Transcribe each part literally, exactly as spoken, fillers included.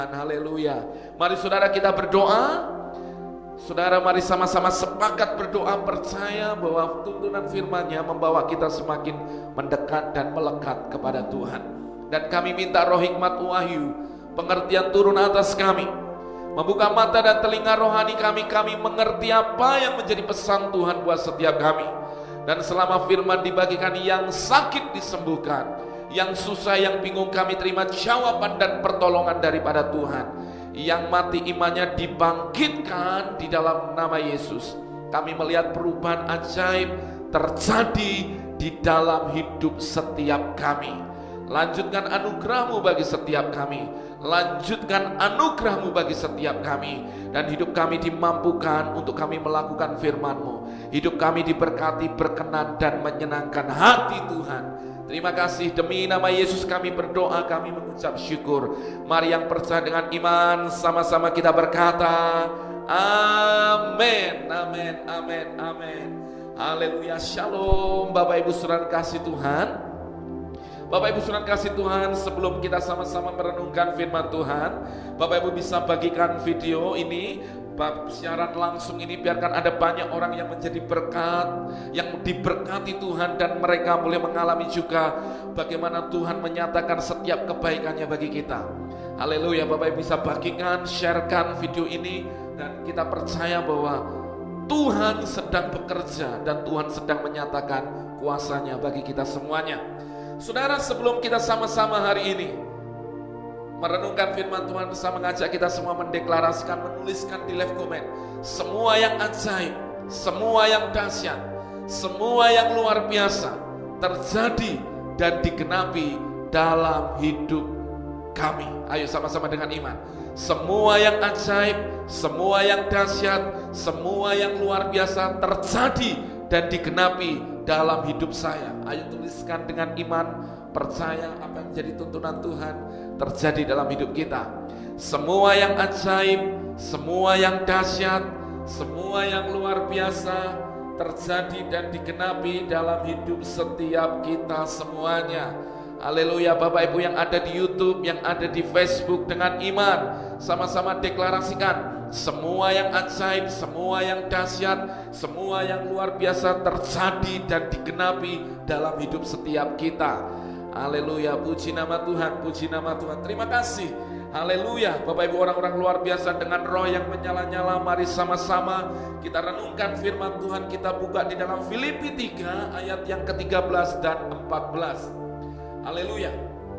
Haleluya. Mari saudara kita berdoa. Saudara, mari sama-sama sepakat berdoa, percaya bahwa tuntunan firman-Nya membawa kita semakin mendekat dan melekat kepada Tuhan. Dan kami minta roh hikmat wahyu, pengertian turun atas kami, membuka mata dan telinga rohani kami, kami mengerti apa yang menjadi pesan Tuhan buat setiap kami. Dan selama firman dibagikan, yang sakit disembuhkan, yang susah, yang bingung, kami terima jawaban dan pertolongan daripada Tuhan. Yang mati imannya dibangkitkan di dalam nama Yesus. Kami melihat perubahan ajaib terjadi di dalam hidup setiap kami. Lanjutkan anugerah-Mu bagi setiap kami. Lanjutkan anugerah-Mu bagi setiap kami. Dan hidup kami dimampukan untuk kami melakukan firman-Mu. Hidup kami diberkati, berkenan dan menyenangkan hati Tuhan. Terima kasih, demi nama Yesus kami berdoa, kami mengucap syukur. Mari yang percaya dengan iman, sama-sama kita berkata, amin, amin, amin, amin. Haleluya, shalom. Bapak Ibu saudara kasih Tuhan, Bapak Ibu saudara kasih Tuhan, sebelum kita sama-sama merenungkan firman Tuhan, Bapak Ibu bisa bagikan video ini, siaran langsung ini, biarkan ada banyak orang yang menjadi berkat, yang diberkati Tuhan, dan mereka boleh mengalami juga bagaimana Tuhan menyatakan setiap kebaikannya bagi kita. Haleluya. Bapak Ibu bisa bagikan, sharekan video ini, dan kita percaya bahwa Tuhan sedang bekerja dan Tuhan sedang menyatakan kuasanya bagi kita semuanya. Saudara, sebelum kita sama-sama hari ini merenungkan firman Tuhan, bisa mengajak kita semua mendeklarasikan, menuliskan di live comment semua yang ajaib, semua yang dahsyat, semua yang luar biasa terjadi dan digenapi dalam hidup kami. Ayo sama-sama dengan iman. Semua yang ajaib, semua yang dahsyat, semua yang luar biasa terjadi dan digenapi dalam hidup saya. Ayo tuliskan dengan iman, percaya apa yang menjadi tuntunan Tuhan terjadi dalam hidup kita. Semua yang ajaib, semua yang dahsyat, semua yang luar biasa terjadi dan digenapi dalam hidup setiap kita semuanya. Haleluya. Bapak Ibu yang ada di YouTube, yang ada di Facebook, dengan iman sama-sama deklarasikan, semua yang ajaib, semua yang dahsyat, semua yang luar biasa terjadi dan digenapi dalam hidup setiap kita. Haleluya, puji nama Tuhan, puji nama Tuhan. Terima kasih. Haleluya. Bapak Ibu orang-orang luar biasa dengan roh yang menyala-nyala, mari sama-sama kita renungkan firman Tuhan. Kita buka di dalam Filipi tiga ayat yang ke tiga belas dan empat belas. Haleluya.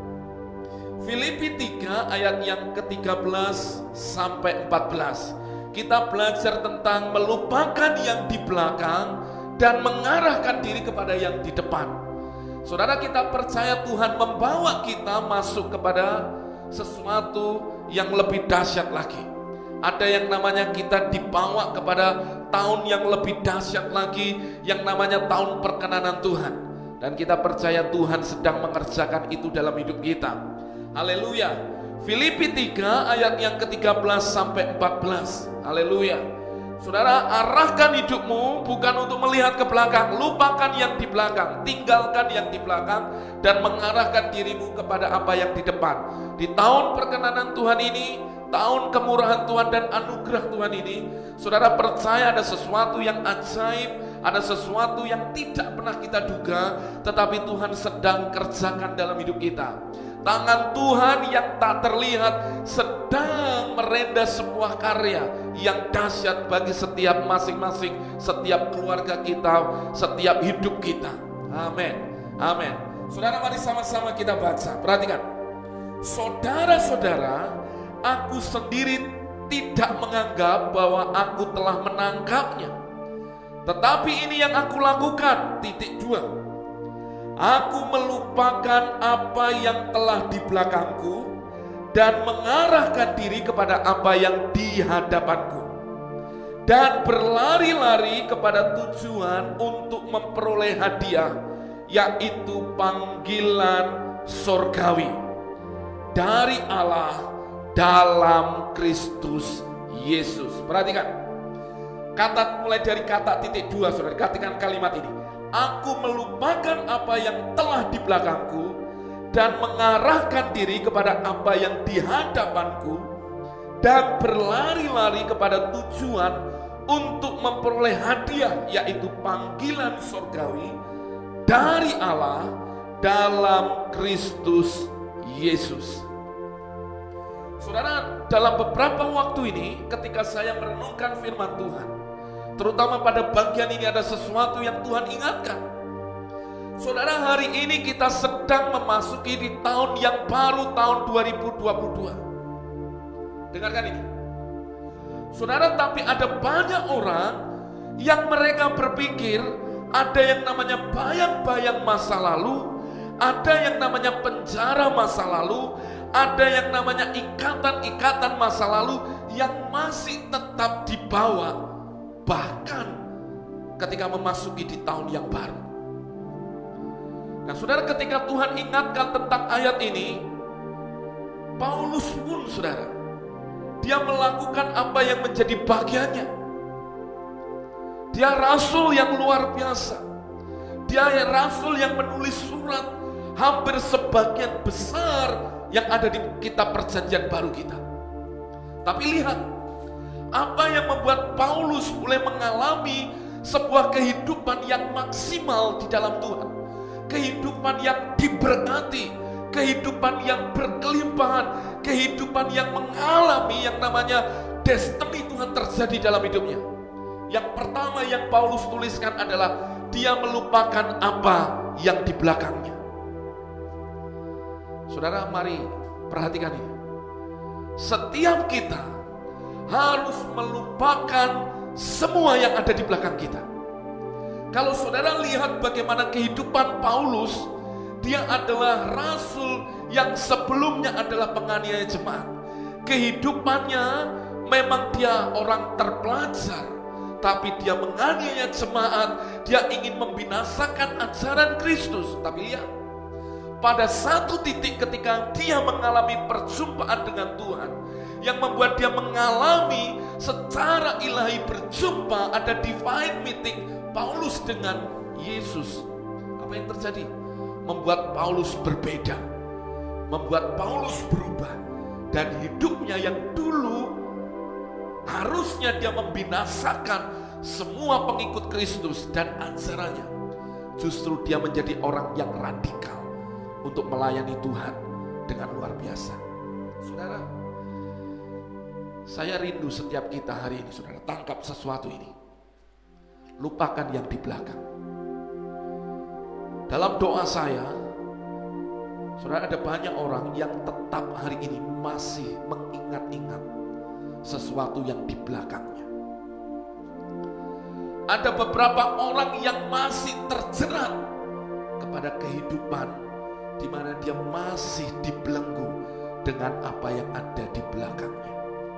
Filipi tiga ayat yang ke tiga belas sampai empat belas. Kita belajar tentang melupakan yang di belakang dan mengarahkan diri kepada yang di depan. Saudara, kita percaya Tuhan membawa kita masuk kepada sesuatu yang lebih dahsyat lagi. Ada yang namanya kita dibawa kepada tahun yang lebih dahsyat lagi, yang namanya tahun perkenanan Tuhan. Dan kita percaya Tuhan sedang mengerjakan itu dalam hidup kita. Haleluya. Filipi tiga ayat yang ke tiga belas sampai empat belas. Haleluya. Saudara, arahkan hidupmu bukan untuk melihat ke belakang. Lupakan yang di belakang, tinggalkan yang di belakang, dan mengarahkan dirimu kepada apa yang di depan. Di tahun perkenanan Tuhan ini, tahun kemurahan Tuhan dan anugerah Tuhan ini, saudara percaya ada sesuatu yang ajaib, ada sesuatu yang tidak pernah kita duga, tetapi Tuhan sedang kerjakan dalam hidup kita. Tangan Tuhan yang tak terlihat sedang merenda sebuah karya yang dahsyat bagi setiap masing-masing, setiap keluarga kita, setiap hidup kita. Amin, amin. Saudara, mari sama-sama kita baca. Perhatikan. Saudara-saudara, aku sendiri tidak menganggap bahwa aku telah menangkapnya. Tetapi ini yang aku lakukan, titik dua. Aku melupakan apa yang telah di belakangku dan mengarahkan diri kepada apa yang di hadapanku, dan berlari-lari kepada tujuan untuk memperoleh hadiah, yaitu panggilan surgawi dari Allah dalam Kristus Yesus. Perhatikan, kata mulai dari kata titik dua, saudara. Perhatikan kalimat ini. Aku melupakan apa yang telah di belakangku dan mengarahkan diri kepada apa yang di hadapanku, dan berlari-lari kepada tujuan untuk memperoleh hadiah, yaitu panggilan surgawi dari Allah dalam Kristus Yesus. Saudara, dalam beberapa waktu ini ketika saya merenungkan firman Tuhan, terutama pada bagian ini ada sesuatu yang Tuhan ingatkan. Saudara, hari ini kita sedang memasuki di tahun yang baru, tahun dua ribu dua puluh dua. Dengarkan ini. Saudara, tapi ada banyak orang yang mereka berpikir ada yang namanya bayang-bayang masa lalu, ada yang namanya penjara masa lalu, ada yang namanya ikatan-ikatan masa lalu yang masih tetap dibawa bahkan ketika memasuki di tahun yang baru. Nah, saudara, ketika Tuhan ingatkan tentang ayat ini, Paulus pun, saudara, dia melakukan apa yang menjadi bagiannya. Dia rasul yang luar biasa. Dia rasul yang menulis surat hampir sebagian besar yang ada di kitab perjanjian baru kita. Tapi lihat, apa yang membuat Paulus mulai mengalami sebuah kehidupan yang maksimal di dalam Tuhan. Kehidupan yang diberkati, kehidupan yang berkelimpahan, kehidupan yang mengalami yang namanya destiny Tuhan terjadi dalam hidupnya. Yang pertama yang Paulus tuliskan adalah dia melupakan apa yang di belakangnya. Saudara, mari perhatikan ini. Setiap kita harus melupakan semua yang ada di belakang kita. Kalau saudara lihat bagaimana kehidupan Paulus, dia adalah rasul yang sebelumnya adalah penganiaya jemaat. Kehidupannya memang dia orang terpelajar, tapi dia menganiaya jemaat, dia ingin membinasakan ajaran Kristus. Tapi lihat, pada satu titik ketika dia mengalami perjumpaan dengan Tuhan, yang membuat dia mengalami secara ilahi berjumpa, ada divine meeting Paulus dengan Yesus. Apa yang terjadi? Membuat Paulus berbeda, membuat Paulus berubah, dan hidupnya yang dulu harusnya dia membinasakan semua pengikut Kristus dan ajarannya, justru dia menjadi orang yang radikal untuk melayani Tuhan dengan luar biasa. Saudara, saya rindu setiap kita hari ini, saudara, tangkap sesuatu ini. Lupakan yang di belakang. Dalam doa saya, saudara, ada banyak orang yang tetap hari ini masih mengingat-ingat sesuatu yang di belakangnya. Ada beberapa orang yang masih terjerat kepada kehidupan di mana dia masih dibelenggu dengan apa yang ada di belakangnya.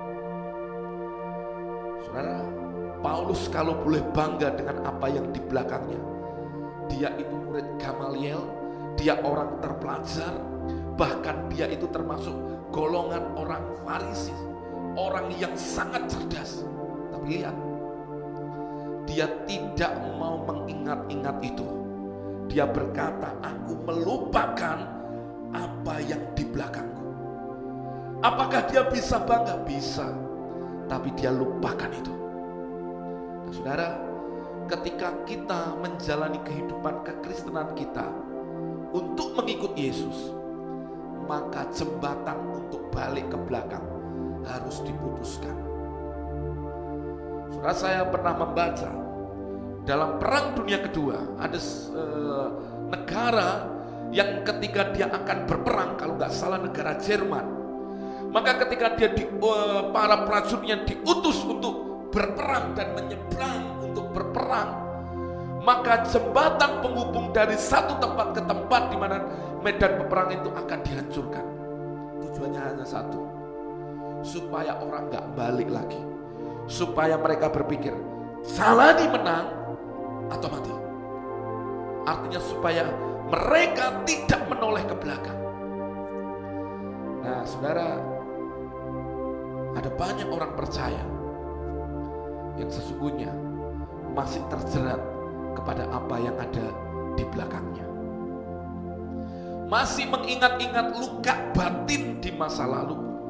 Saudara, Paulus kalau boleh bangga dengan apa yang di belakangnya. Dia itu murid Gamaliel, dia orang terpelajar, bahkan dia itu termasuk golongan orang Farisi, orang yang sangat cerdas. Tapi lihat, dia tidak mau mengingat-ingat itu. Dia berkata, aku melupakan apa yang di belakangku. Apakah dia bisa bangga? Bisa. Tapi dia lupakan itu. Nah, saudara, ketika kita menjalani kehidupan kekristenan kita untuk mengikut Yesus, maka jembatan untuk balik ke belakang harus diputuskan. Saudara, saya pernah membaca dalam Perang Dunia Kedua ada uh, negara yang ketika dia akan berperang, kalau nggak salah negara Jerman, maka ketika dia di, uh, para prajuritnya diutus untuk berperang dan menyeberang untuk berperang, maka jembatan penghubung dari satu tempat ke tempat di mana medan peperangan itu akan dihancurkan. Tujuannya hanya satu, supaya orang nggak balik lagi, supaya mereka berpikir jalani menang atau mati. Artinya supaya mereka tidak menoleh ke belakang. Nah, saudara, ada banyak orang percaya yang sesungguhnya masih terjerat kepada apa yang ada di belakangnya. Masih mengingat-ingat luka batin di masa lalu,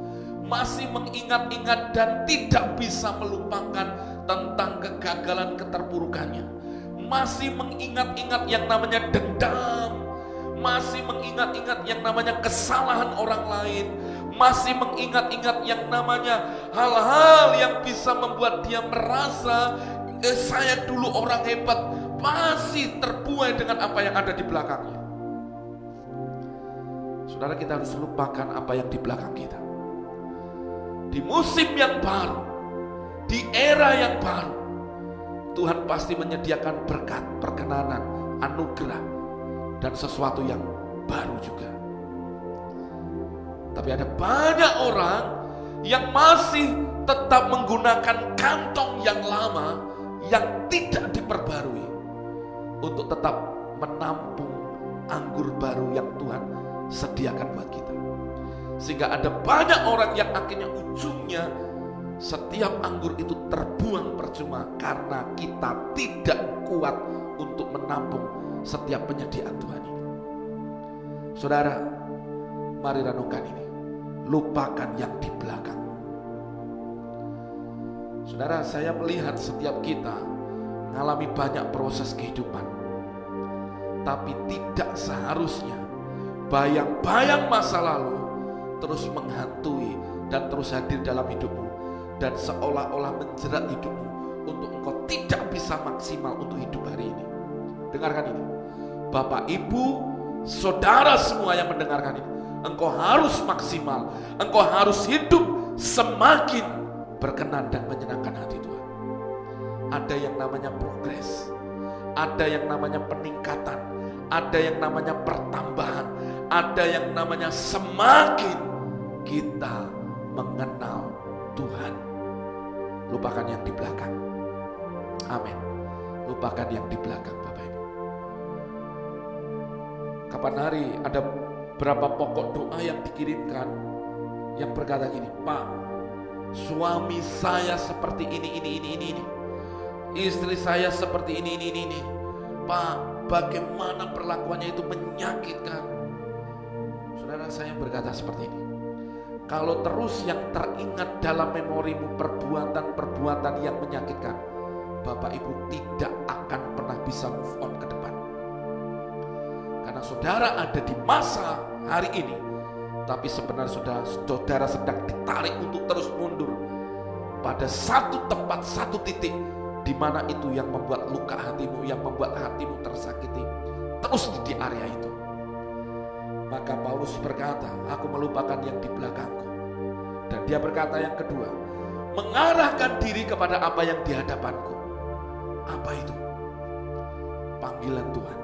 masih mengingat-ingat dan tidak bisa melupakan tentang kegagalan keterpurukannya, masih mengingat-ingat yang namanya dendam, masih mengingat-ingat yang namanya kesalahan orang lain, masih mengingat-ingat yang namanya hal-hal yang bisa membuat dia merasa eh, saya dulu orang hebat, masih terbuai dengan apa yang ada di belakangnya. Saudara, kita harus lupakan apa yang di belakang kita. Di musim yang baru, di era yang baru, Tuhan pasti menyediakan berkat, perkenanan, anugerah, dan sesuatu yang baru juga. Tapi ada banyak orang yang masih tetap menggunakan kantong yang lama yang tidak diperbarui untuk tetap menampung anggur baru yang Tuhan sediakan buat kita. Sehingga ada banyak orang yang akhirnya ujungnya setiap anggur itu terbuang percuma karena kita tidak kuat untuk menampung setiap penyediaan Tuhan ini. Saudara, mari renungkan ini. Lupakan yang di belakang. Saudara, saya melihat setiap kita mengalami banyak proses kehidupan, tapi tidak seharusnya bayang-bayang masa lalu terus menghantui dan terus hadir dalam hidupmu dan seolah-olah menjerat hidupmu untuk engkau tidak bisa maksimal untuk hidup hari ini. Dengarkan ini, Bapak, Ibu, saudara semua yang mendengarkan ini, engkau harus maksimal, engkau harus hidup semakin berkenan dan menyenangkan hati Tuhan. Ada yang namanya progres, ada yang namanya peningkatan, ada yang namanya pertambahan, ada yang namanya semakin kita mengenal Tuhan. Lupakan yang di belakang. Amin. Lupakan yang di belakang, Bapak Ibu. Kapan hari ada berapa pokok doa yang dikirimkan yang berkata gini, Pak, suami saya seperti ini, ini, ini, ini, ini. Istri saya seperti ini, ini, ini, ini. Pak, bagaimana perlakuannya itu menyakitkan. Saudara, saya berkata seperti ini. Kalau terus yang teringat dalam memorimu perbuatan-perbuatan yang menyakitkan, Bapak Ibu tidak akan pernah bisa move on ke depan. Karena saudara ada di masa hari ini, tapi sebenarnya saudara, saudara sedang ditarik untuk terus mundur pada satu tempat, satu titik, di mana itu yang membuat luka hatimu, yang membuat hatimu tersakiti, terus di area itu. Maka Paulus berkata, aku melupakan yang di belakangku. Dan dia berkata yang kedua, mengarahkan diri kepada apa yang di hadapanku. Apa itu? Panggilan Tuhan.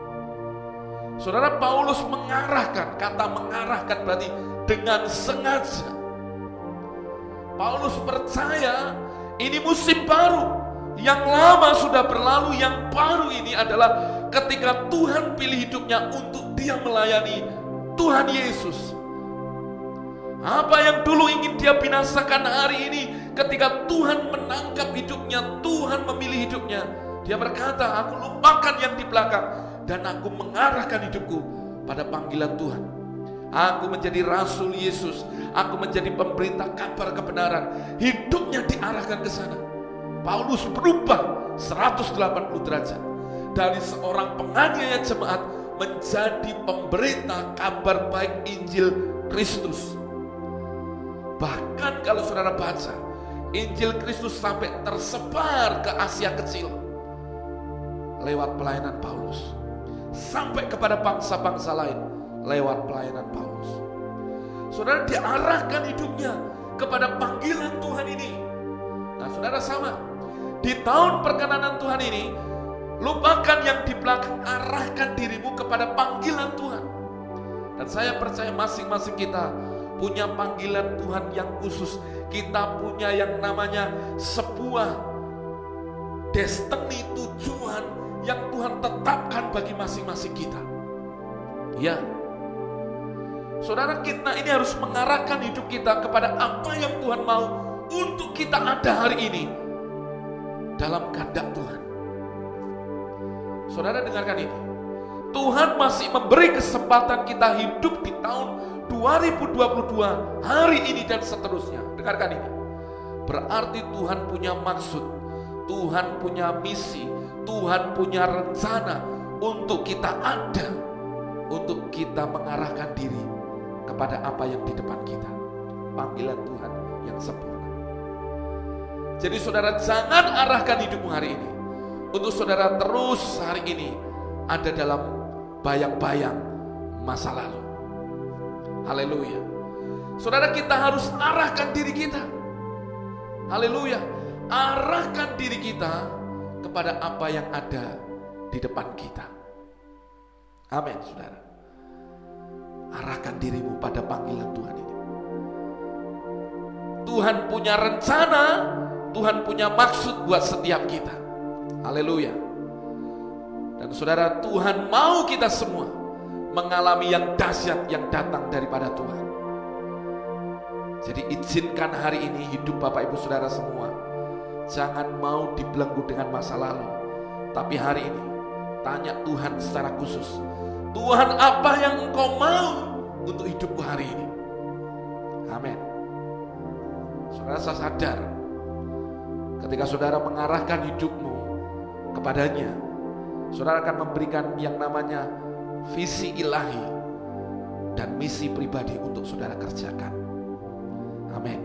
Saudara, Paulus mengarahkan, kata mengarahkan berarti dengan sengaja. Paulus percaya ini musim baru. Yang lama sudah berlalu, yang baru ini adalah ketika Tuhan pilih hidupnya untuk dia melayani Tuhan Yesus. Apa yang dulu ingin dia binasakan hari ini, ketika Tuhan menangkap hidupnya, Tuhan memilih hidupnya, dia berkata, aku lupakan yang di belakang dan aku mengarahkan hidupku pada panggilan Tuhan. Aku menjadi rasul Yesus, aku menjadi pemberita kabar kebenaran. Hidupnya diarahkan ke sana. Paulus berubah seratus delapan puluh derajat. Dari seorang penganiaya jemaat menjadi pemberita kabar baik Injil Kristus. Bahkan kalau saudara baca, Injil Kristus sampai tersebar ke Asia Kecil lewat pelayanan Paulus, sampai kepada bangsa-bangsa lain lewat pelayanan Paulus. Saudara diarahkan hidupnya kepada panggilan Tuhan ini. Nah, saudara sama. Di tahun perkenanan Tuhan ini, lupakan yang di belakang, arahkan dirimu kepada panggilan Tuhan. Dan saya percaya masing-masing kita punya panggilan Tuhan yang khusus. Kita punya yang namanya sebuah destiny, tujuan yang Tuhan tetapkan bagi masing-masing kita. Ya, saudara, kita ini harus mengarahkan hidup kita kepada apa yang Tuhan mau untuk kita ada hari ini dalam kehendak Tuhan. Saudara dengarkan ini, Tuhan masih memberi kesempatan kita hidup di tahun dua ribu dua puluh dua, hari ini dan seterusnya. Dengarkan ini. Berarti Tuhan punya maksud, Tuhan punya misi, Tuhan punya rencana untuk kita ada, untuk kita mengarahkan diri kepada apa yang di depan kita. Panggilan Tuhan yang sempurna. Jadi saudara, jangan arahkan hidupmu hari ini untuk saudara terus hari ini ada dalam bayang-bayang masa lalu. Haleluya. Saudara, kita harus arahkan diri kita. Haleluya. Arahkan diri kita kepada apa yang ada di depan kita. Amin, saudara. Arahkan dirimu pada panggilan Tuhan ini. Tuhan punya rencana, Tuhan punya maksud buat setiap kita. Haleluya. Dan saudara, Tuhan mau kita semua mengalami yang dahsyat yang datang daripada Tuhan. Jadi izinkan hari ini hidup Bapak Ibu Saudara semua, jangan mau dibelenggu dengan masa lalu, tapi hari ini tanya Tuhan secara khusus, Tuhan, apa yang Engkau mau untuk hidupku hari ini? Amin. Saudara, saya sadar ketika saudara mengarahkan hidupmu kepadanya, saudara akan memberikan yang namanya visi ilahi dan misi pribadi untuk saudara kerjakan. Amin.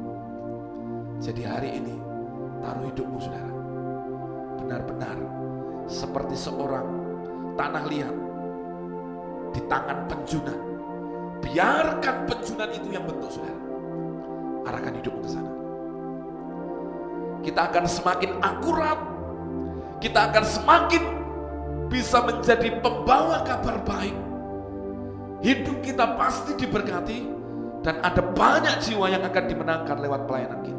Jadi hari ini taruh hidupmu saudara benar-benar seperti seorang tanah liat di tangan penjunan. Biarkan penjunan itu yang bentuk saudara. Arahkan hidupmu ke sana. Kita akan semakin akurat, kita akan semakin bisa menjadi pembawa kabar baik. Hidup kita pasti diberkati dan ada banyak jiwa yang akan dimenangkan lewat pelayanan kita.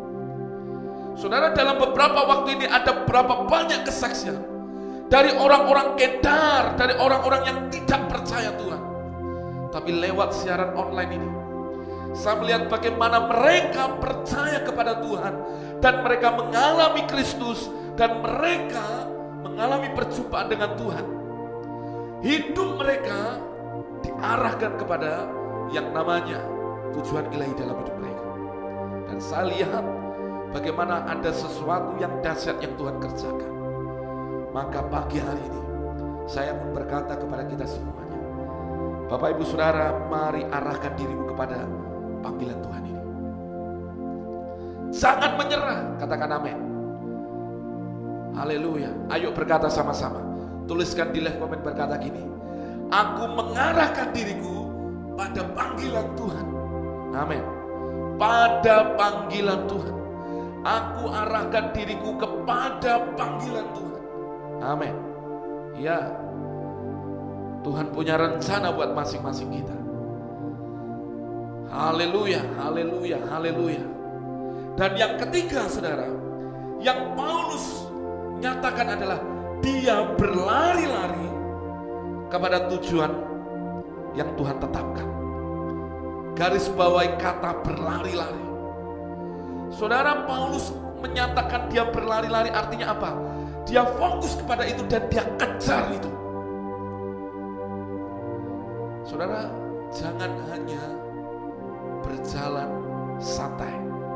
Saudara, dalam beberapa waktu ini ada berapa banyak kesaksian dari orang-orang Kedar, dari orang-orang yang tidak percaya Tuhan. Tapi lewat siaran online ini, saya melihat bagaimana mereka percaya kepada Tuhan dan mereka mengalami Kristus dan mereka mengalami perjumpaan dengan Tuhan. Hidup mereka diarahkan kepada yang namanya tujuan ilahi dalam hidup mereka. Dan saya lihat bagaimana ada sesuatu yang dahsyat yang Tuhan kerjakan. Maka pagi hari ini saya pun berkata kepada kita semuanya, Bapak Ibu Saudara, mari arahkan dirimu kepada panggilan Tuhan ini. Jangan menyerah, katakan amin. Haleluya. Ayo berkata sama-sama. Tuliskan di live komen, berkata gini, aku mengarahkan diriku pada panggilan Tuhan. Amin. Pada panggilan Tuhan. Aku arahkan diriku kepada panggilan Tuhan. Amin. Ya, Tuhan punya rencana buat masing-masing kita. Haleluya, haleluya, haleluya. Dan yang ketiga saudara, yang Paulus nyatakan adalah dia berlari-lari kepada tujuan yang Tuhan tetapkan. Garis bawahi kata berlari-lari. Saudara, Paulus menyatakan dia berlari-lari artinya apa? Dia fokus kepada itu dan dia kejar itu. Saudara, jangan hanya berjalan santai.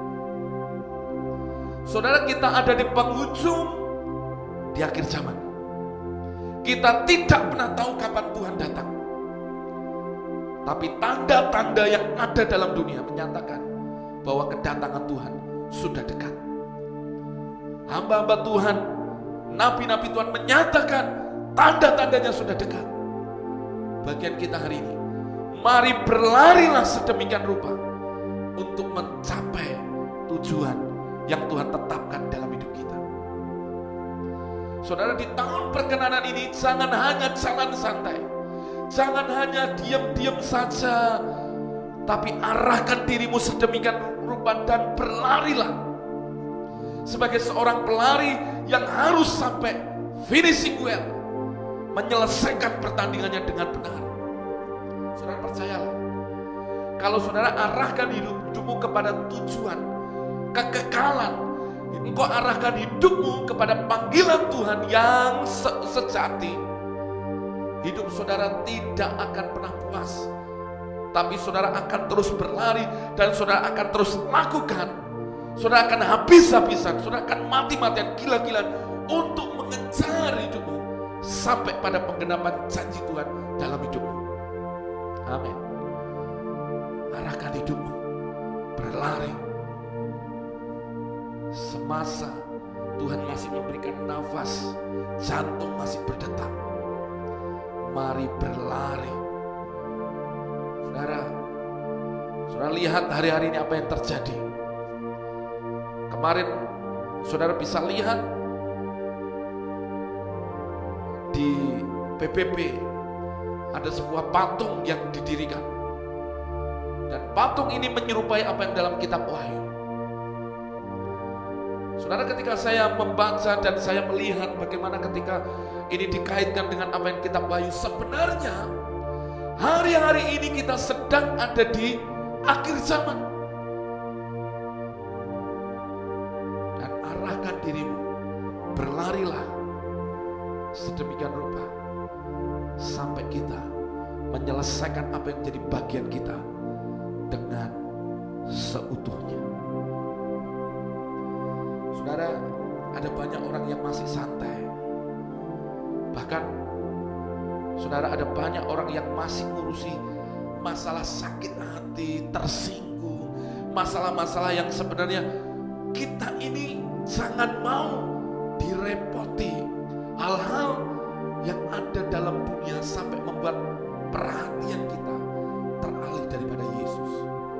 Saudara, kita ada di penghujung di akhir zaman. Kita tidak pernah tahu kapan Tuhan datang. Tapi tanda-tanda yang ada dalam dunia menyatakan bahwa kedatangan Tuhan sudah dekat. Hamba-hamba Tuhan, nabi-nabi Tuhan menyatakan tanda-tandanya sudah dekat. Bagian kita hari ini, mari berlarilah sedemikian rupa untuk mencapai tujuan yang Tuhan tetapkan dalam hidup kita. Saudara, di tahun perkenanan ini jangan hanya jalan santai, jangan hanya diam-diam saja, tapi arahkan dirimu sedemikian rupa dan berlarilah sebagai seorang pelari yang harus sampai finishing well, menyelesaikan pertandingannya dengan benar. Saudara, percayalah, kalau saudara arahkan hidupmu kepada tujuan kekekalan, engkau arahkan hidupmu kepada panggilan Tuhan yang se- sejati, hidup saudara tidak akan pernah puas tapi saudara akan terus berlari dan saudara akan terus lakukan. Saudara akan habis-habisan, saudara akan mati-matian, gila-gilaan untuk mengejar hidupmu sampai pada penggenapan janji Tuhan dalam hidupmu. Amin. Arahkan hidupmu berlari semasa Tuhan masih memberikan nafas, jantung masih berdetak. Mari berlari. Saudara, saudara lihat hari-hari ini apa yang terjadi. Kemarin saudara bisa lihat di P B B ada sebuah patung yang didirikan. Dan patung ini menyerupai apa yang dalam kitab Wahyu. Saudara, ketika saya membaca dan saya melihat bagaimana ketika ini dikaitkan dengan apa yang kitab Wahyu, sebenarnya hari-hari ini kita sedang ada di akhir zaman. Dan arahkan dirimu, berlarilah sedemikian rupa sampai kita menyelesaikan apa yang menjadi bagian kita dengan seutuhnya. Saudara, ada banyak orang yang masih santai. Bahkan saudara, ada banyak orang yang masih ngurusi masalah sakit hati, tersinggung, masalah-masalah yang sebenarnya kita ini jangan mau direpoti. Hal-hal yang ada dalam dunia sampai membuat perhatian kita teralih daripada Yesus.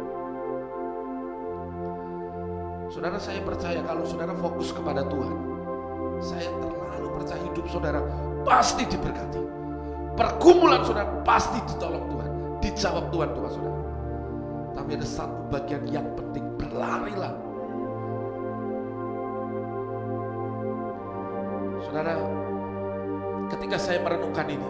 Saudara, saya percaya kalau saudara fokus kepada Tuhan, saya terlalu percaya hidup saudara pasti diberkati. Pergumulan saudara pasti ditolong Tuhan, dijawab Tuhan doa saudara. Tapi ada satu bagian yang penting, berlarilah. Saudara, ketika saya merenungkan ini,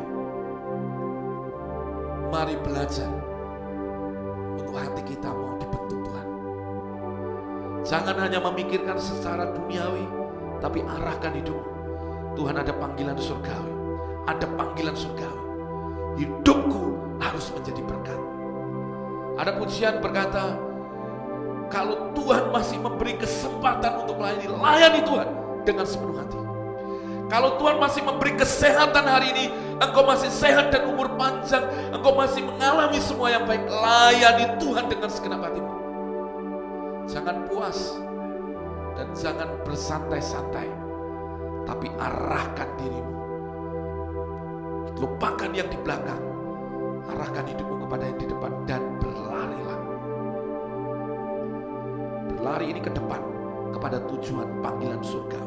mari belajar untuk hati kita mau dibentuk Tuhan. Jangan hanya memikirkan secara duniawi, tapi arahkan hidupmu. Tuhan ada panggilan surgawi, ada panggilan surgawi. Hidupku harus menjadi berkat. Ada pujian berkata, kalau Tuhan masih memberi kesempatan untuk melayani, layani Tuhan dengan sepenuh hati. Kalau Tuhan masih memberi kesehatan hari ini, engkau masih sehat dan umur panjang, engkau masih mengalami semua yang baik, layani Tuhan dengan segenap hatimu. Jangan puas dan jangan bersantai-santai, tapi arahkan dirimu. Lupakan yang di belakang, arahkan hidupmu kepada yang di depan dan berlarilah. Berlari ini ke depan kepada tujuan panggilan surga.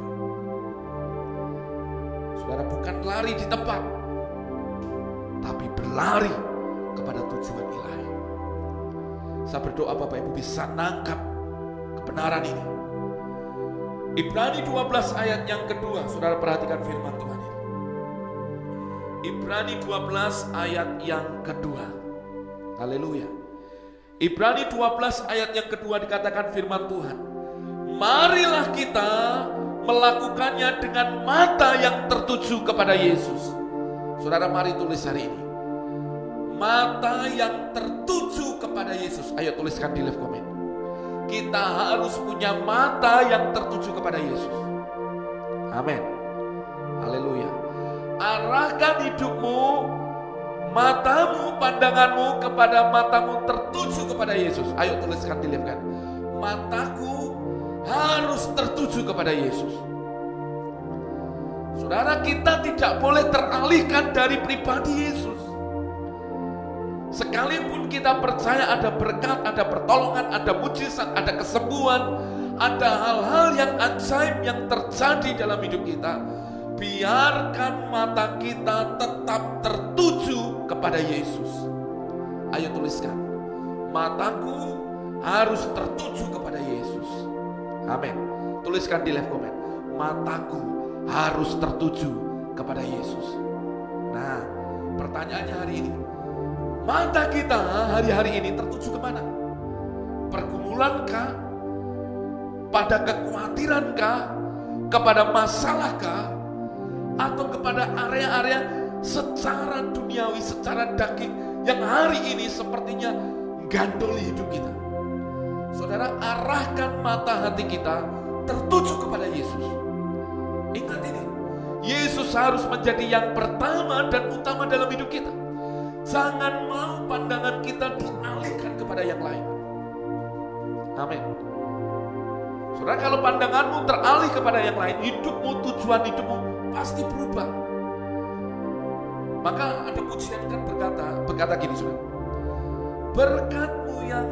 Saudara, bukan lari di tempat, tapi berlari kepada tujuan ilahi. Saya berdoa Bapak Ibu bisa nangkap kebenaran ini. Ibrani dua belas ayat yang kedua, saudara perhatikan firman Tuhan ini. Ibrani dua belas ayat yang kedua. Haleluya. Ibrani dua belas ayat yang kedua dikatakan firman Tuhan, marilah kita melakukannya dengan mata yang tertuju kepada Yesus. Saudara, mari tulis hari ini, mata yang tertuju kepada Yesus. Ayo tuliskan di live comment. Kita harus punya mata yang tertuju kepada Yesus. Amin. Haleluya. Arahkan hidupmu, matamu, pandanganmu kepada matamu tertuju kepada Yesus. Ayo tuliskan di live comment. Mataku harus tertuju kepada Yesus. Saudara, kita tidak boleh teralihkan dari pribadi Yesus. Sekalipun kita percaya ada berkat, ada pertolongan, ada mujizat, ada kesembuhan, ada hal-hal yang ajaib yang terjadi dalam hidup kita, biarkan mata kita tetap tertuju kepada Yesus. Ayo tuliskan, mataku harus tertuju kepada Yesus. Amin. Tuliskan di live comment, mataku harus tertuju kepada Yesus. Nah, pertanyaannya hari ini, mata kita hari-hari ini tertuju kemana? Pergumulankah? Pada kekhawatirankah? Kepada masalahkah? Atau kepada area-area secara duniawi, secara daging yang hari ini sepertinya gandoli hidup kita. Saudara, arahkan mata hati kita tertuju kepada Yesus. Ingat ini, Yesus harus menjadi yang pertama dan utama dalam hidup kita. Jangan mau pandangan kita dialihkan kepada yang lain. Amin. Saudara, kalau pandanganmu teralih kepada yang lain, hidupmu, tujuan hidupmu pasti berubah. Maka ada pujian kan berkata, berkata gini, saudara. Berkat-Mu yang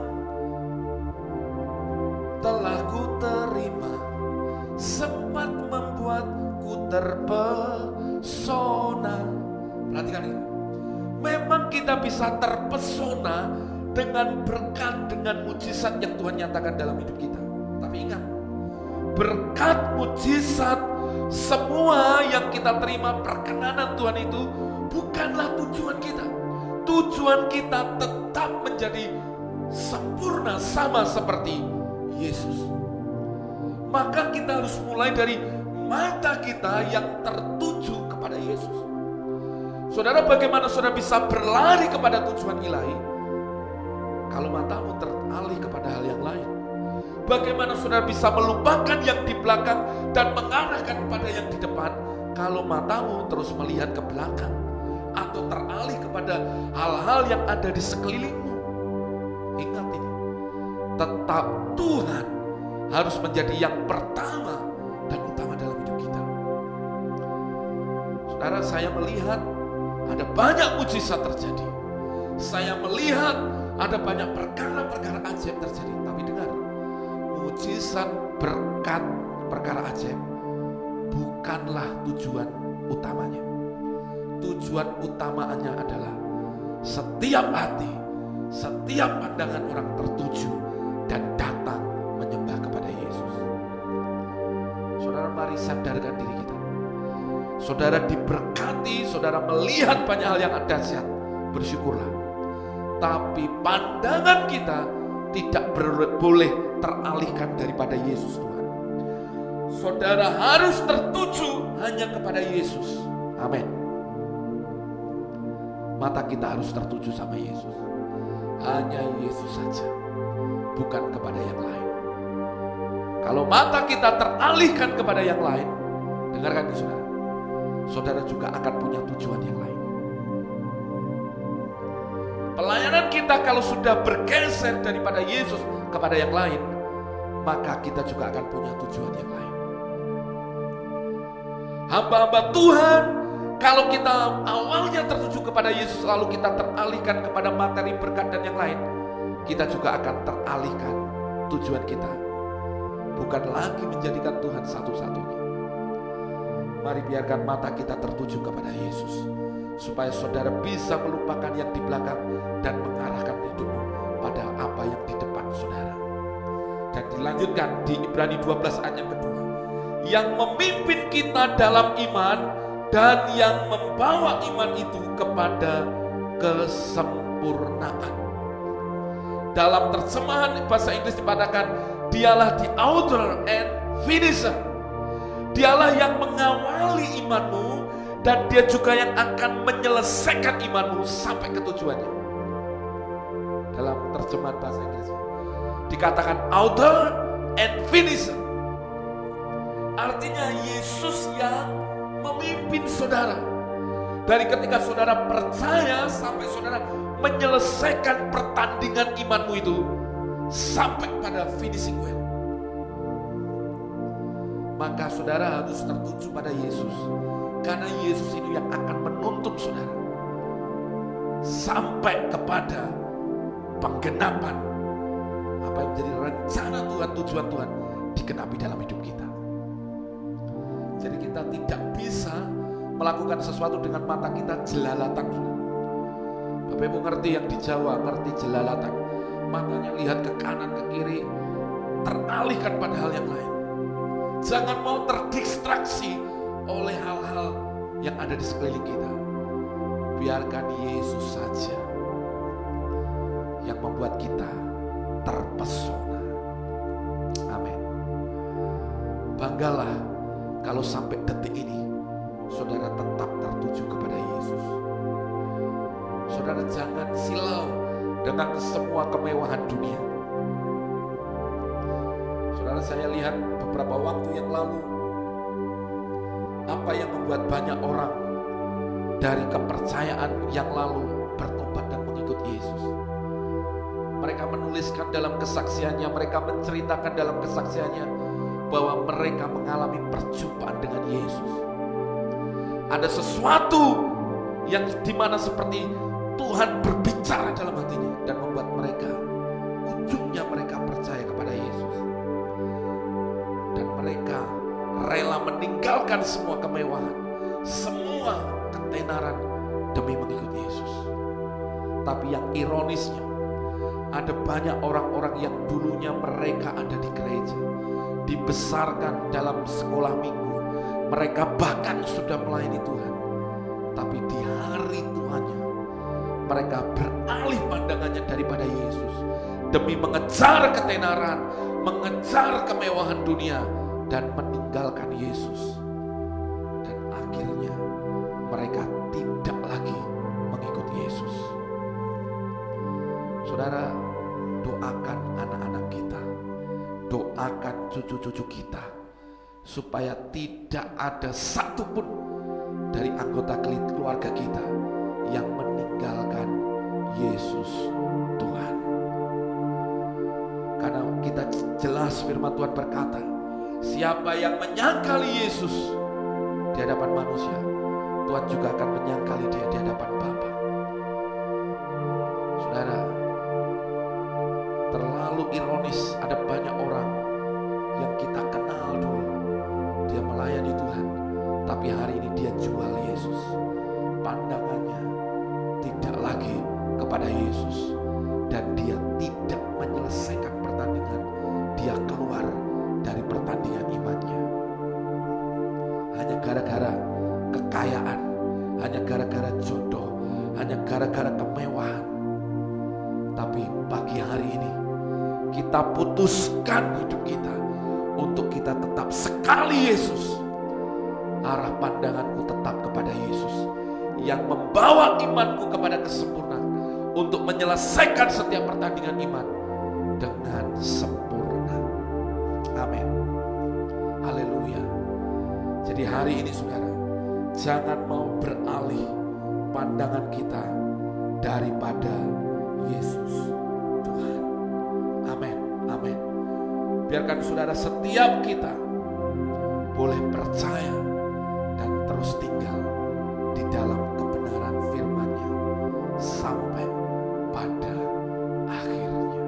telah ku terima sempat membuatku terpesona. Perhatikan ini. Memang kita bisa terpesona dengan berkat, dengan mujizat yang Tuhan nyatakan dalam hidup kita. Tapi ingat, berkat, mujizat, semua yang kita terima, perkenanan Tuhan itu bukanlah tujuan kita. Tujuan kita tetap menjadi sempurna sama seperti Yesus. Maka kita harus mulai dari mata kita yang tertuju kepada Yesus. Saudara, bagaimana saudara bisa berlari kepada tujuan ilahi kalau matamu teralih kepada hal yang lain? Bagaimana saudara bisa melupakan yang di belakang dan mengarahkan kepada yang di depan kalau matamu terus melihat ke belakang atau teralih kepada hal-hal yang ada di sekelilingmu? Ingat ini, tetap Tuhan harus menjadi yang pertama dan utama dalam hidup kita. Saudara, saya melihat ada banyak mujizat terjadi. Saya melihat ada banyak perkara-perkara ajaib terjadi. Tapi dengar, mujizat, berkat, perkara ajaib bukanlah tujuan utamanya. Tujuan utamanya adalah setiap hati, setiap pandangan orang tertuju dan datang menyembah kepada Yesus. Saudara, mari sadarkan diri kita. Saudara diberkati, saudara melihat banyak hal yang dahsyat, bersyukurlah. Tapi pandangan kita tidak boleh teralihkan daripada Yesus Tuhan. Saudara harus tertuju hanya kepada Yesus. Amin. Mata kita harus tertuju sama Yesus. Hanya Yesus saja, bukan kepada yang lain. Kalau mata kita teralihkan kepada yang lain, dengarkan ini saudara, saudara juga akan punya tujuan yang lain. Pelayanan kita kalau sudah bergeser daripada Yesus kepada yang lain, maka kita juga akan punya tujuan yang lain. Hamba-hamba Tuhan, kalau kita awalnya tertuju kepada Yesus, lalu kita teralihkan kepada materi, berkat dan yang lain, kita juga akan teralihkan tujuan kita. Bukan lagi menjadikan Tuhan satu-satunya. Mari biarkan mata kita tertuju kepada Yesus, supaya saudara bisa melupakan yang di belakang dan mengarahkan hidupmu pada apa yang di depan saudara. Dan dilanjutkan di Ibrani dua belas ayat yang kedua, yang memimpin kita dalam iman dan yang membawa iman itu kepada kesempurnaan. Dalam terjemahan bahasa Inggris dikatakan, dialah the author and finisher. Dialah yang mengawali imanmu dan dia juga yang akan menyelesaikan imanmu sampai ke tujuannya. Dalam terjemahan bahasa Inggris dikatakan author and finisher. Artinya Yesus yang memimpin saudara. Dari ketika saudara percaya sampai saudara menyelesaikan pertandingan imanmu itu sampai pada finishing well. Maka saudara harus tertuju pada Yesus, karena Yesus ini yang akan menuntun saudara sampai kepada penggenapan apa yang menjadi rencana Tuhan, tujuan Tuhan digenapi dalam hidup kita. Jadi kita tidak bisa melakukan sesuatu dengan mata kita jelalatan. Bapak Ibu ngerti yang di Jawa, ngerti jelalatan. Matanya lihat ke kanan, ke kiri, teralihkan pada hal yang lain. Jangan mau terdistraksi oleh hal-hal yang ada di sekeliling kita. Biarkan Yesus saja yang membuat kita terpesona. Amin. Banggalah kalau sampai detik ini saudara tetap tertuju kepada Yesus. Saudara jangan silau dengan semua kemewahan dunia. Saudara, saya lihat beberapa waktu yang lalu, apa yang membuat banyak orang dari kepercayaan yang lalu bertobat dan mengikut Yesus. Mereka menuliskan dalam kesaksiannya, mereka menceritakan dalam kesaksiannya bahwa mereka mengalami perjumpaan dengan Yesus. Ada sesuatu yang dimana seperti Tuhan berbicara dalam hatinya dan membuat mereka, ujungnya mereka percaya kepada Yesus. Dan mereka rela meninggalkan semua kemewahan, semua ketenaran demi mengikut Yesus. Tapi yang ironisnya, ada banyak orang-orang yang dulunya mereka ada di gereja, dibesarkan dalam sekolah minggu, mereka bahkan sudah melayani Tuhan. Tapi di hari Tuhannya, mereka beralih pandangannya daripada Yesus demi mengejar ketenaran, mengejar kemewahan dunia, dan meninggalkan Yesus. Dan akhirnya mereka tidak lagi mengikut Yesus. Saudara, doakan anak-anak kita, doakan cucu-cucu kita, supaya tidak ada satupun dari anggota keluarga kita yang meninggalkan Yesus Tuhan. Karena kita jelas firman Tuhan berkata, siapa yang menyangkali Yesus di hadapan manusia, Tuhan juga akan menyangkali dia di hadapan Bapa. Saudara, terlalu ironis, ada banyak orang yang kita kenal dulu, dia melayani Tuhan, tapi hari ini dia jual Yesus. Pandangannya tidak lagi kepada Yesus, dan dia tidak menyelesaikan pertandingan. Dia keluar dari pertandingan imannya hanya gara-gara kekayaan, hanya gara-gara jodoh, hanya gara-gara kemewahan. Tapi pagi hari ini kita putuskan hidup kita untuk kita tetap sekali Yesus. Arah pandanganku tetap kepada Yesus yang membawa imanku kepada kesempurnaan, untuk menyelesaikan setiap pertandingan iman dengan sempurna. Amin. Haleluya. Jadi hari ini saudara, jangan mau beralih pandangan kita daripada Yesus Tuhan. Amin. Amin. Biarkan saudara, setiap kita boleh percaya dan terus tinggal di dalam kebenaran firman-Nya sampai pada akhirnya.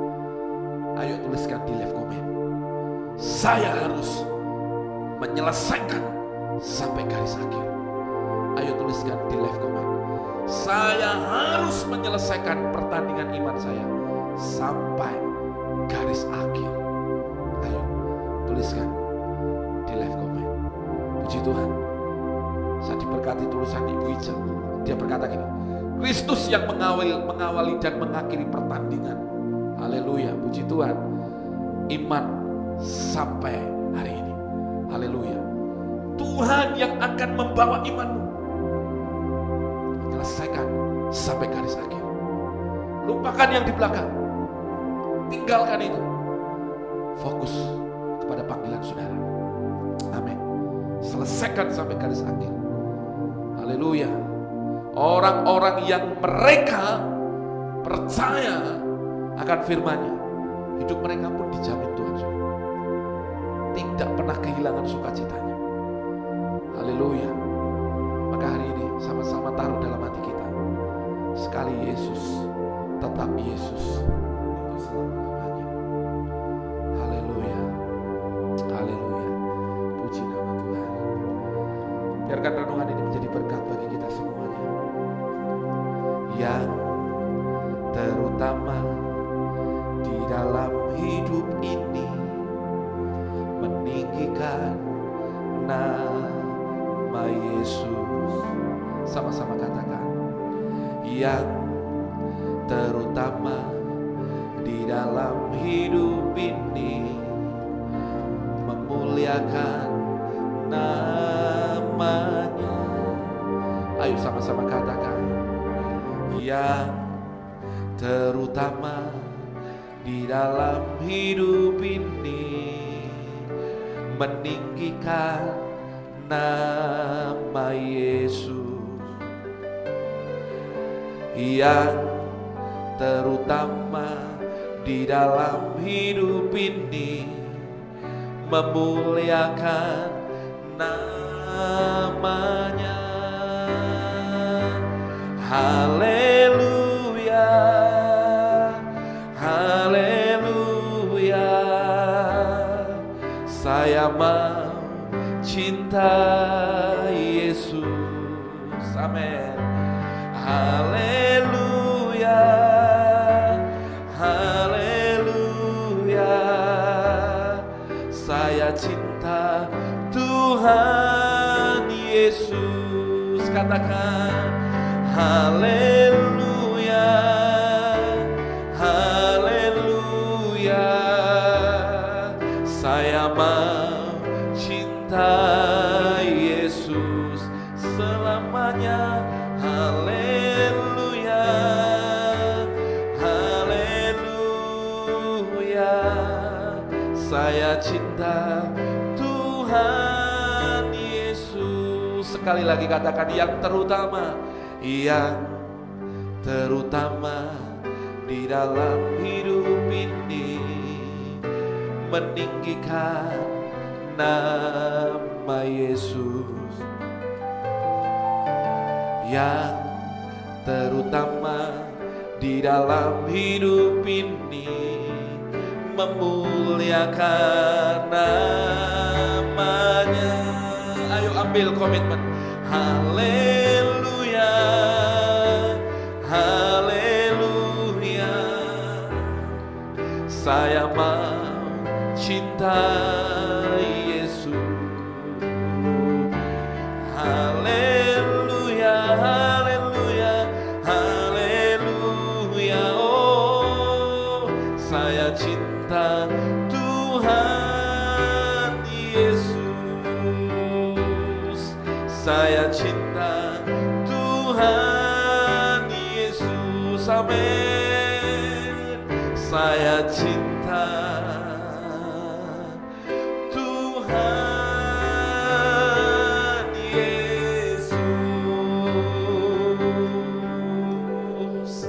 Ayo tuliskan di live comment, saya harus menyelesaikan sampai garis akhir. Ayo tuliskan di live comment, saya harus menyelesaikan pertandingan iman saya sampai garis akhir. Ayo tuliskan di live comment. Puji Tuhan. Saya diberkati tulisan Ibu Ijal. Dia berkata gini, Kristus yang mengawali, mengawali dan mengakhiri pertandingan. Haleluya, puji Tuhan. Iman sampai hari ini. Haleluya. Tuhan yang akan membawa imanmu menyelesaikan sampai garis akhir. Lupakan yang di belakang, tinggalkan itu, fokus kepada panggilan saudara. Amin. Selesaikan sampai garis akhir. Haleluya. Orang-orang yang mereka percaya akan firman-Nya, hidup mereka pun dijamin Tuhan. Tidak pernah kehilangan sukacitanya. Haleluya. Maka hari ini sama-sama taruh dalam hati kita, sekali Yesus, tetap Yesus untuk selama-lamanya. Haleluya. Haleluya. Puji nama Tuhan. Biarkan renungan ini menjadi berkat bagi kita semuanya. Yang terutama di dalam hidup ini, meninggikan nama Yesus. Sama-sama katakan, yang terutama di dalam hidup ini, memuliakan namanya. Ayo sama-sama katakan, yang terutama di dalam hidup ini, meninggikan nama Yesus. Yang terutama di dalam hidup ini, memuliakan namanya. Haleluya, haleluya, saya mau cinta Yesus. Amin. Haleluya, haleluya, saya cinta Tuhan Yesus. Katakan haleluya, haleluya, saya mau cinta Yesus selamanya. Haleluya, haleluya, saya cinta Tuhan Yesus. Sekali lagi katakan yang terutama, yang terutama di dalam hidup ini, meninggikan nama Yesus. Yang terutama di dalam hidup ini, memuliakan namanya. Ayo ambil komitmen. Haleluya, haleluya, saya mau cinta Yesus. Haleluya, haleluya, haleluya, oh saya cinta Tuhan Yesus. Saya cinta Tuhan Yesus. Amin. Saya cinta Tuhan Yesus.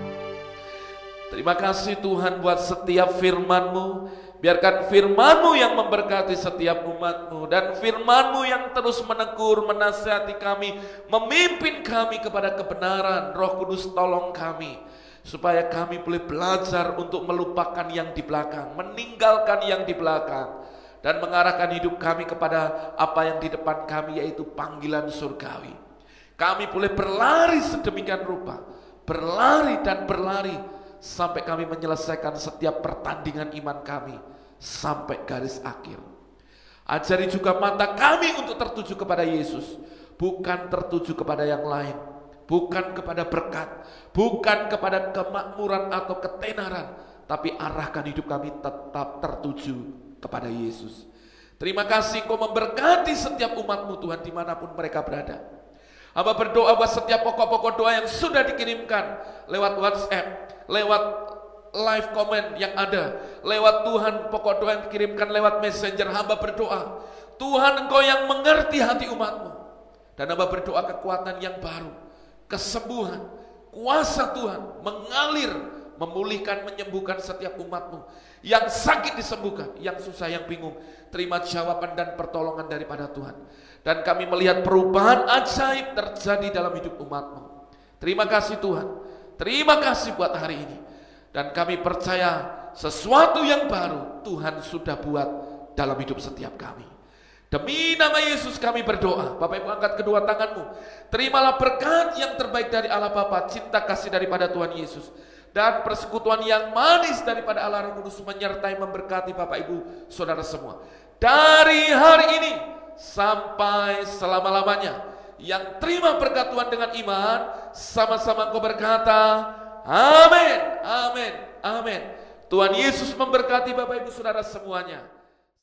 Terima kasih Tuhan buat setiap firman-Mu. Biarkan firman-Mu yang memberkati setiap umat-Mu, dan firman-Mu yang terus menegur, menasihati kami, memimpin kami kepada kebenaran. Roh Kudus tolong kami, supaya kami boleh belajar untuk melupakan yang di belakang, meninggalkan yang di belakang, dan mengarahkan hidup kami kepada apa yang di depan kami, yaitu panggilan surgawi. Kami boleh berlari sedemikian rupa, berlari dan berlari, sampai kami menyelesaikan setiap pertandingan iman kami sampai garis akhir. Ajari juga mata kami untuk tertuju kepada Yesus, bukan tertuju kepada yang lain, bukan kepada berkat, bukan kepada kemakmuran atau ketenaran, tapi arahkan hidup kami tetap tertuju kepada Yesus. Terima kasih Engkau memberkati setiap umat-Mu Tuhan dimanapun mereka berada. Hamba berdoa buat setiap pokok-pokok doa yang sudah dikirimkan lewat WhatsApp, lewat live comment yang ada, lewat Tuhan pokok doa yang dikirimkan lewat messenger. Hamba berdoa Tuhan Engkau yang mengerti hati umat-Mu, dan hamba berdoa kekuatan yang baru, kesembuhan, kuasa Tuhan mengalir, memulihkan, menyembuhkan setiap umat-Mu. Yang sakit disembuhkan, yang susah, yang bingung, terima jawaban dan pertolongan daripada Tuhan. Dan kami melihat perubahan ajaib terjadi dalam hidup umat-Mu. Terima kasih Tuhan, terima kasih buat hari ini. Dan kami percaya sesuatu yang baru Tuhan sudah buat dalam hidup setiap kami. Demi nama Yesus kami berdoa. Bapak Ibu angkat kedua tanganmu. Terimalah berkat yang terbaik dari Allah Bapa, cinta kasih daripada Tuhan Yesus, dan persekutuan yang manis daripada Allah Roh Kudus menyertai memberkati Bapak Ibu Saudara semua. Dari hari ini sampai selama-lamanya. Yang terima berkat Tuhan dengan iman, sama-sama engkau berkata, amin, amin, amin. Tuhan Yesus memberkati Bapak Ibu Saudara semuanya.